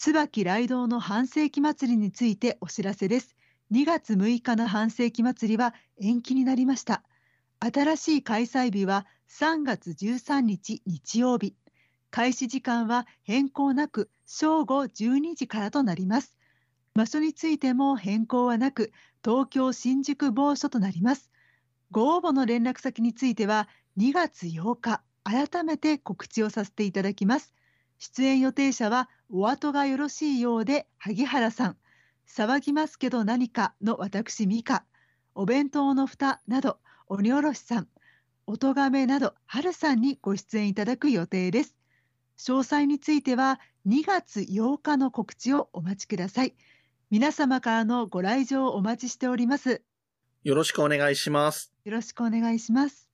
椿雷道の半世紀祭りについてお知らせです。2月6日の半世紀祭りは延期になりました。新しい開催日は3月13日日曜日。開始時間は変更なく正午12時からとなります。場所についても変更はなく、東京新宿某所となります。ご応募の連絡先については2月8日、改めて告知をさせていただきます。出演予定者はお後がよろしいようで萩原さん、騒ぎますけど何かの私美香、お弁当の蓋など鬼おろしさん、音亀など春さんにご出演いただく予定です。詳細については2月8日の告知をお待ちください。皆様からのご来場をお待ちしております。 よろしくお願いします。 よろしくお願いします。